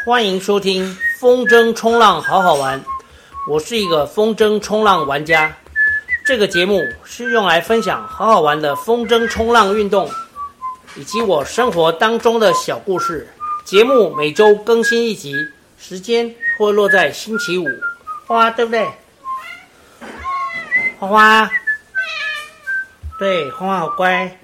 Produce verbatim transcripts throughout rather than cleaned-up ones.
欢迎收听风筝冲浪好好玩，我是一个风筝冲浪玩家。这个节目是用来分享好好玩的风筝冲浪运动，以及我生活当中的小故事。节目每周更新一集，时间会落在星期五。花花对不对？花花，对，花花好乖。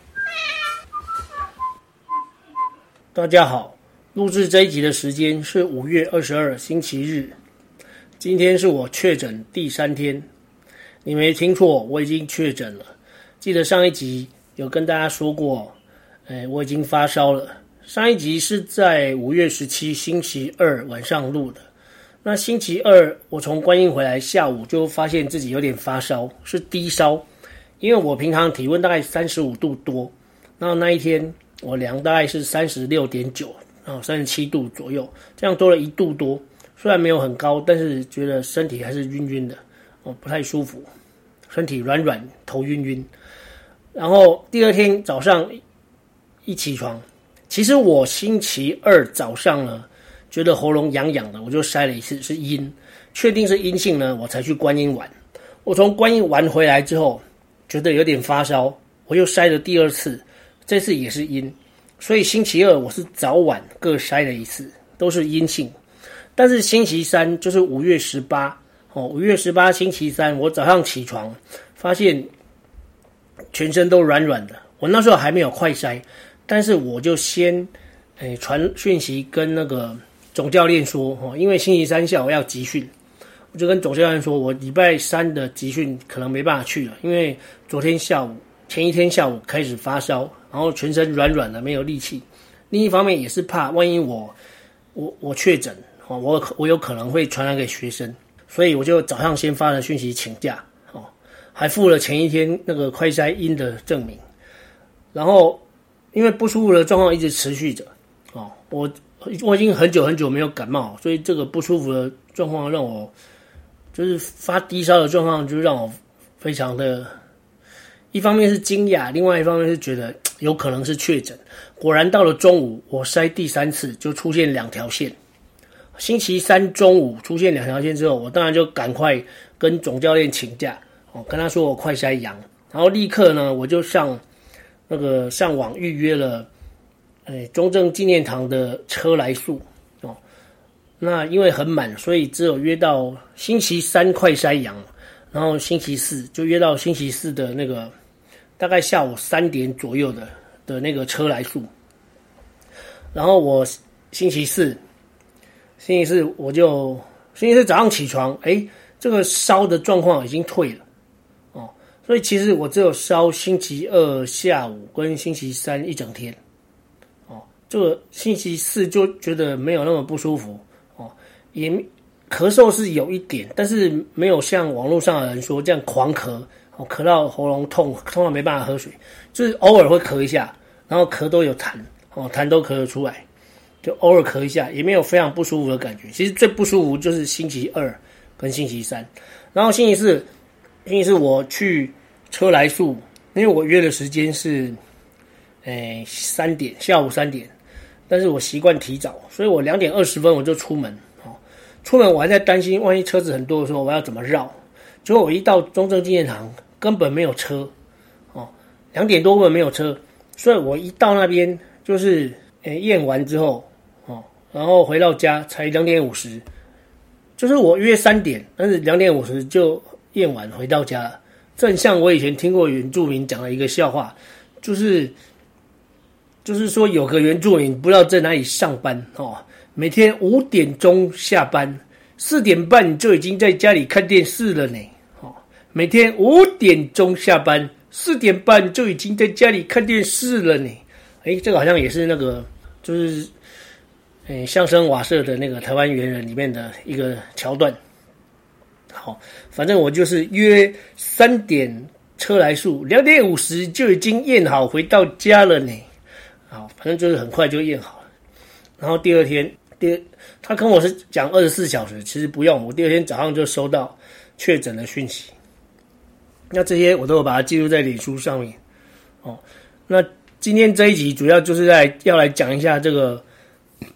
大家好，录制这一集的时间是五月二十二星期日，今天是我确诊第三天。你没听错，我已经确诊了。记得上一集有跟大家说过，哎，我已经发烧了。上一集是在五月十七星期二晚上录的。那星期二我从观音回来，下午就发现自己有点发烧，是低烧。因为我平常体温大概三十五度多，然后那一天我量大概是三十六点九，然后三十七度左右，这样多了一度多。虽然没有很高，但是觉得身体还是晕晕的，哦，不太舒服，身体软软，头晕晕。然后第二天早上一起床，其实我星期二早上呢，觉得喉咙痒痒的，我就筛了一次是阴，确定是阴性呢，我才去观音玩。我从观音玩回来之后，觉得有点发烧，我又筛了第二次，这次也是阴，所以星期二我是早晚各筛了一次，都是阴性。但是星期三就是五月十八，哦，五月十八星期三，我早上起床发现全身都软软的。我那时候还没有快筛，但是我就先诶传讯息跟那个总教练说，哦，因为星期三下午要集训，我就跟总教练说，我礼拜三的集训可能没办法去了，因为昨天下午前一天下午开始发烧，然后全身软软的，没有力气。另一方面也是怕万一我我我确诊，哦，我我有可能会传染给学生，所以我就早上先发了讯息请假，哦，还附了前一天那个快筛阴的证明。然后因为不舒服的状况一直持续着，哦，我我已经很久很久没有感冒，所以这个不舒服的状况让我就是发低烧的状况，就让我非常的，一方面是惊讶，另外一方面是觉得有可能是确诊。果然到了中午，我筛第三次就出现两条线。星期三中午出现两条线之后，我当然就赶快跟总教练请假，哦，跟他说我快筛阳，然后立刻呢我就上那个上网预约了，哎，中正纪念堂的车来速，哦，那因为很满，所以只有约到星期三快筛阳，然后星期四就约到星期四的那个大概下午三点左右的的那个车来速。然后我星期四，星期四我就星期四早上起床，哎，这个烧的状况已经退了，哦，所以其实我只有烧星期二下午跟星期三一整天，哦，这个星期四就觉得没有那么不舒服，哦，也咳嗽是有一点，但是没有像网络上的人说这样狂咳，哦，咳到喉咙痛，痛到没办法喝水，就是偶尔会咳一下，然后咳都有痰，哦，痰都咳得出来，就偶尔咳一下，也没有非常不舒服的感觉。其实最不舒服就是星期二跟星期三，然后星期四，星期四我去车来速，因为我约的时间是，诶三点，下午三点，但是我习惯提早，所以我两点二十分我就出门。出门我还在担心，万一车子很多的时候我要怎么绕？结果我一到中正纪念堂，根本没有车，哦，两点多根本没有车，所以我一到那边就是诶验完之后，哦，然后回到家才两点五十，就是我约三点，但是两点五十就验完回到家了。这很像我以前听过原住民讲的一个笑话，就是就是说有个原住民不知道在哪里上班，哦。每天五点钟下班，四点半就已经在家里看电视了呢。哦，每天五点钟下班，四点半就已经在家里看电视了呢。诶，这个好像也是那个，就是诶相声瓦舍的那个台湾猿人里面的一个桥段。好，反正我就是约三点车来速，两点五十就已经验好回到家了呢。好，反正就是很快就验好了。然后第二天。第他跟我是讲二十四小时，其实不用，我第二天早上就收到确诊的讯息。那这些我都有把它记录在脸书上面。哦，那今天这一集主要就是在要来讲一下这个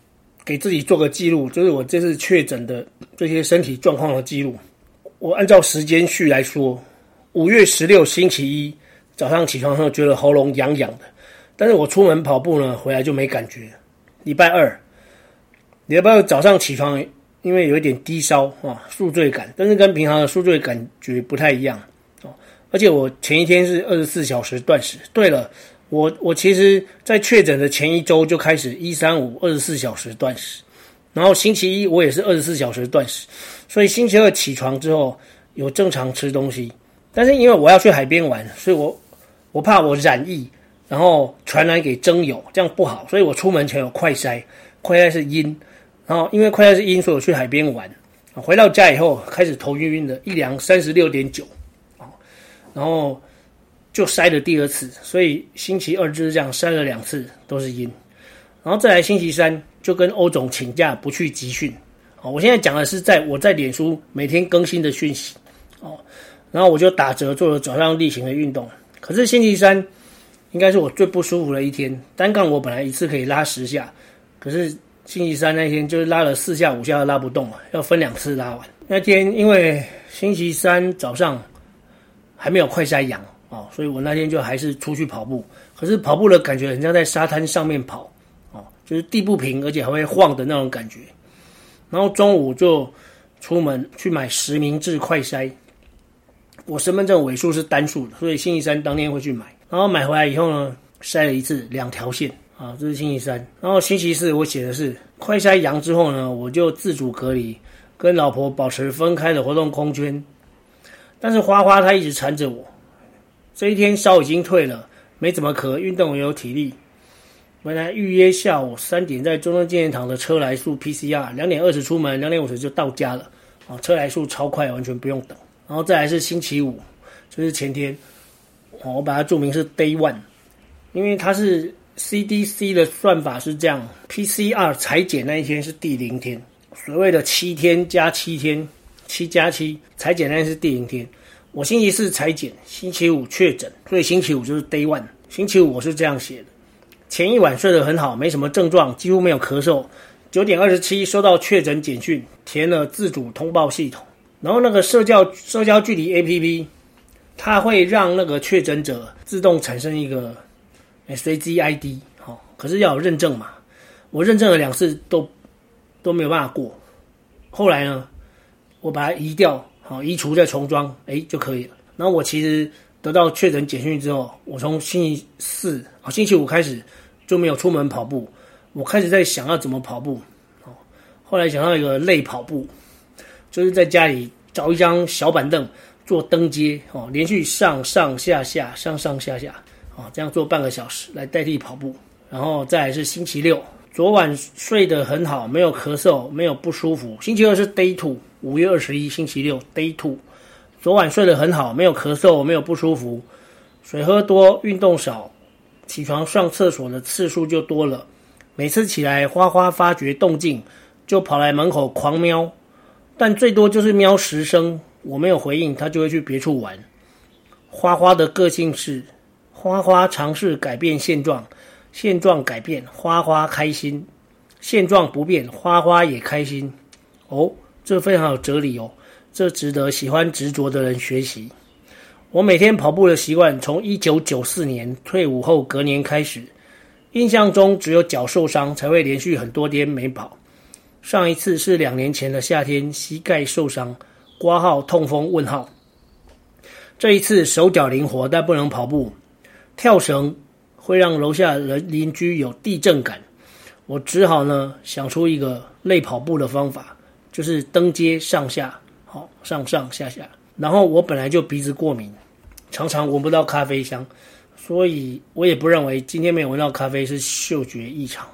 给自己做个记录，就是我这次确诊的这些身体状况的记录。我按照时间序来说，五月十六星期一早上起床后觉得喉咙痒痒的，但是我出门跑步呢，回来就没感觉。礼拜二，礼拜二早上起床，因为有一点低烧啊，宿醉感，但是跟平常的宿醉感觉不太一样哦。而且我前一天是二十四小时断食。对了，我我其实在确诊的前一周就开始一三五二十四小时断食，然后星期一我也是二十四小时断食，所以星期二起床之后有正常吃东西，但是因为我要去海边玩，所以我我怕我染疫，然后传染给征友，这样不好，所以我出门前有快筛，快筛是阴，然后因为快筛是阴，所以我去海边玩，回到家以后开始头晕晕的，一量 三十六点九， 然后就筛了第二次，所以星期二就是这样筛了两次都是阴，然后再来星期三就跟欧总请假不去集训。我现在讲的是在我在脸书每天更新的讯息，然后我就打折做了早上例行的运动。可是星期三应该是我最不舒服的一天，单杠我本来一次可以拉十下，可是星期三那天就是拉了四下五下都拉不动了，要分两次拉完。那天因为星期三早上还没有快筛阳哦，所以我那天就还是出去跑步，可是跑步的感觉很像在沙滩上面跑哦，就是地不平而且还会晃的那种感觉。然后中午就出门去买实名制快筛，我身份证尾数是单数的，所以星期三当天会去买。然后买回来以后呢，筛了一次两条线啊，这是星期三。然后星期四我写的是快筛阳之后呢，我就自主隔离，跟老婆保持分开的活动空间。但是花花她一直缠着我，这一天烧已经退了，没怎么咳，运动也有体力。本来预约下午三点在中正纪念堂的车来速 P C R， 两点二十出门，两点五十就到家了啊，车来速超快，完全不用等。然后再来是星期五，就是前天，我把它注明是 Day One， 因为它是 C D C 的算法是这样 ，P C R 采检那一天是第零天，所谓的七天加七天，七加七，采检那天是第零天。我星期四采检，星期五确诊，所以星期五就是 Day One。星期五我是这样写的。前一晚睡得很好，没什么症状，几乎没有咳嗽。九点二十七收到确诊简讯，填了自主通报系统。然后那个社交社交距离 A P P， 它会让那个确诊者自动产生一个随机 I D， 哦，可是要有认证嘛。我认证了两次都都没有办法过。后来呢，我把它移掉，好，移除再重装，哎就可以了。然后我其实得到确诊简讯之后，我从星期四、哦、星期五开始就没有出门跑步，我开始在想要怎么跑步。哦，后来想到一个类跑步，就是在家里找一张小板凳做登阶，哦，连续上上下下上上下下，哦，这样做半个小时来代替跑步。然后再来是星期六，昨晚睡得很好，没有咳嗽，没有不舒服。星期二是 Day Two， 五月二十一星期六 Day Two， 昨晚睡得很好，没有咳嗽，没有不舒服，水喝多，运动少，起床上厕所的次数就多了。每次起来花花发觉动静，就跑来门口狂喵，但最多就是喵十声，我没有回应，他就会去别处玩。花花的个性是，花花尝试改变现状，现状改变，花花开心；现状不变，花花也开心。哦，这非常有哲理哦，这值得喜欢执着的人学习。我每天跑步的习惯从一九九四年退伍后隔年开始，印象中只有脚受伤才会连续很多天没跑。上一次是两年前的夏天，膝盖受伤，括号痛风问号。这一次手脚灵活，但不能跑步，跳绳会让楼下人邻居有地震感。我只好呢想出一个类跑步的方法，就是登阶上下，好，上上下下。然后我本来就鼻子过敏，常常闻不到咖啡香，所以我也不认为今天没有闻到咖啡是嗅觉异常。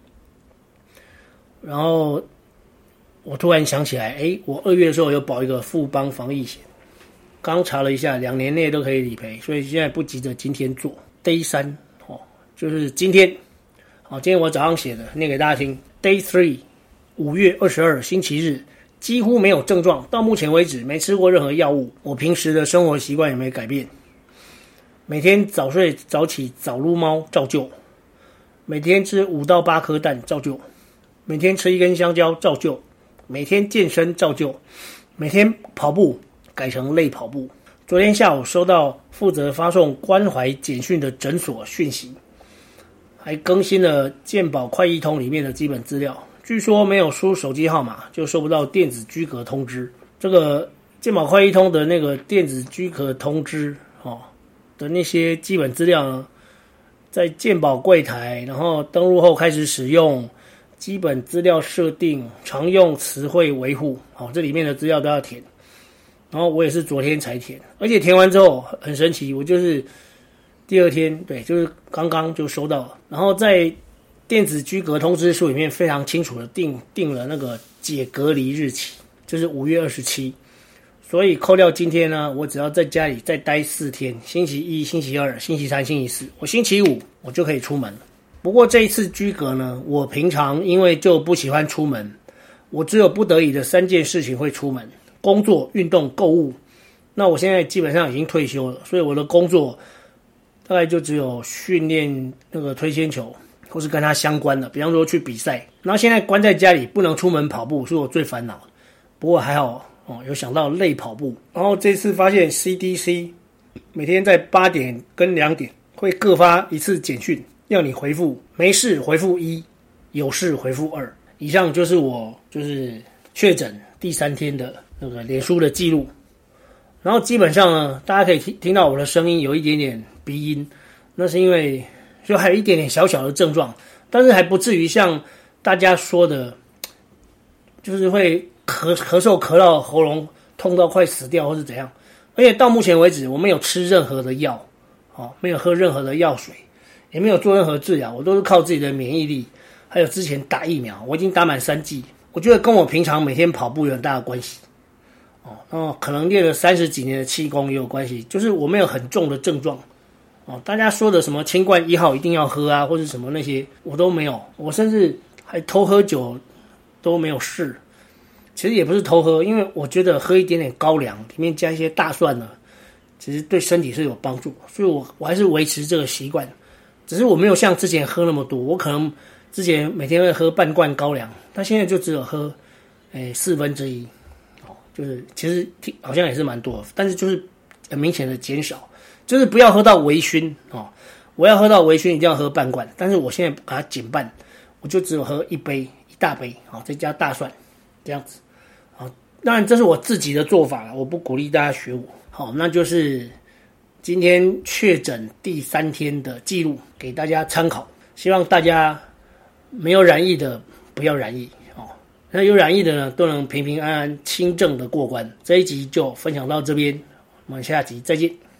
然后我突然想起来，诶，我二月的时候有保一个富邦防疫险，刚查了一下，两年内都可以理赔，所以现在不急着今天做。Day 三，哦，就是今天，好，今天我早上写的，念给大家听。Day three， 五月二十二，星期日，几乎没有症状，到目前为止没吃过任何药物，我平时的生活习惯也没改变，每天早睡早起早撸猫照旧，每天吃五到八颗蛋照旧， 每天吃一根香蕉照旧，每天健身照旧，每天跑步改成类跑步。昨天下午收到负责发送关怀简讯的诊所讯息，还更新了健保快易通里面的基本资料，据说没有输手机号码就收不到电子居格通知。这个健保快易通的那个电子居格通知哦的那些基本资料呢，在健保柜台，然后登录后开始使用，基本资料设定，常用词汇维护，好，这里面的资料都要填。然后我也是昨天才填，而且填完之后很神奇，我就是第二天，对，就是刚刚就收到了。然后在电子居格通知书里面非常清楚的定定了那个解隔离日期，就是五月二十七。所以扣掉今天呢，我只要在家里再待四天，星期一、星期二、星期三、星期四，我星期五我就可以出门。不过这一次居隔呢，我平常因为就不喜欢出门，我只有不得已的三件事情会出门：工作、运动、购物。那我现在基本上已经退休了，所以我的工作大概就只有训练那个推铅球，或是跟它相关的，比方说去比赛。然后现在关在家里不能出门跑步，是我最烦恼的。不过还好哦，有想到类跑步。然后这次发现 C D C 每天在八点跟两点会各发一次简讯，要你回复没事回复一，有事回复二。以上就是我就是确诊第三天的那个脸书的记录。然后基本上呢，大家可以听听到我的声音有一点点鼻音，那是因为就还有一点点小小的症状，但是还不至于像大家说的，就是会咳咳嗽咳到喉咙痛到快死掉或是怎样。而且到目前为止，我没有吃任何的药，哦，没有喝任何的药水，也没有做任何治疗，我都是靠自己的免疫力，还有之前打疫苗，我已经打满三剂，我觉得跟我平常每天跑步有很大的关系。哦，哦，可能练了三十几年的气功也有关系，就是我没有很重的症状。哦，大家说的什么清冠一号一定要喝啊，或者什么那些我都没有，我甚至还偷喝酒都没有事。其实也不是偷喝，因为我觉得喝一点点高粱，里面加一些大蒜呢，其实对身体是有帮助，所以我我还是维持这个习惯。只是我没有像之前喝那么多，我可能之前每天会喝半罐高粱，但现在就只有喝诶四分之一。就是其实好像也是蛮多的，但是就是很明显的减少，就是不要喝到微醺哦。我要喝到微醺一定要喝半罐，但是我现在把它减半，我就只有喝一杯一大杯，好，再加大蒜这样子。好，当然这是我自己的做法，我不鼓励大家学我。好，那就是今天确诊第三天的记录给大家参考，希望大家没有染疫的不要染疫。那有染疫的呢，都能平平安安、轻症的过关。这一集就分享到这边，我们下集再见。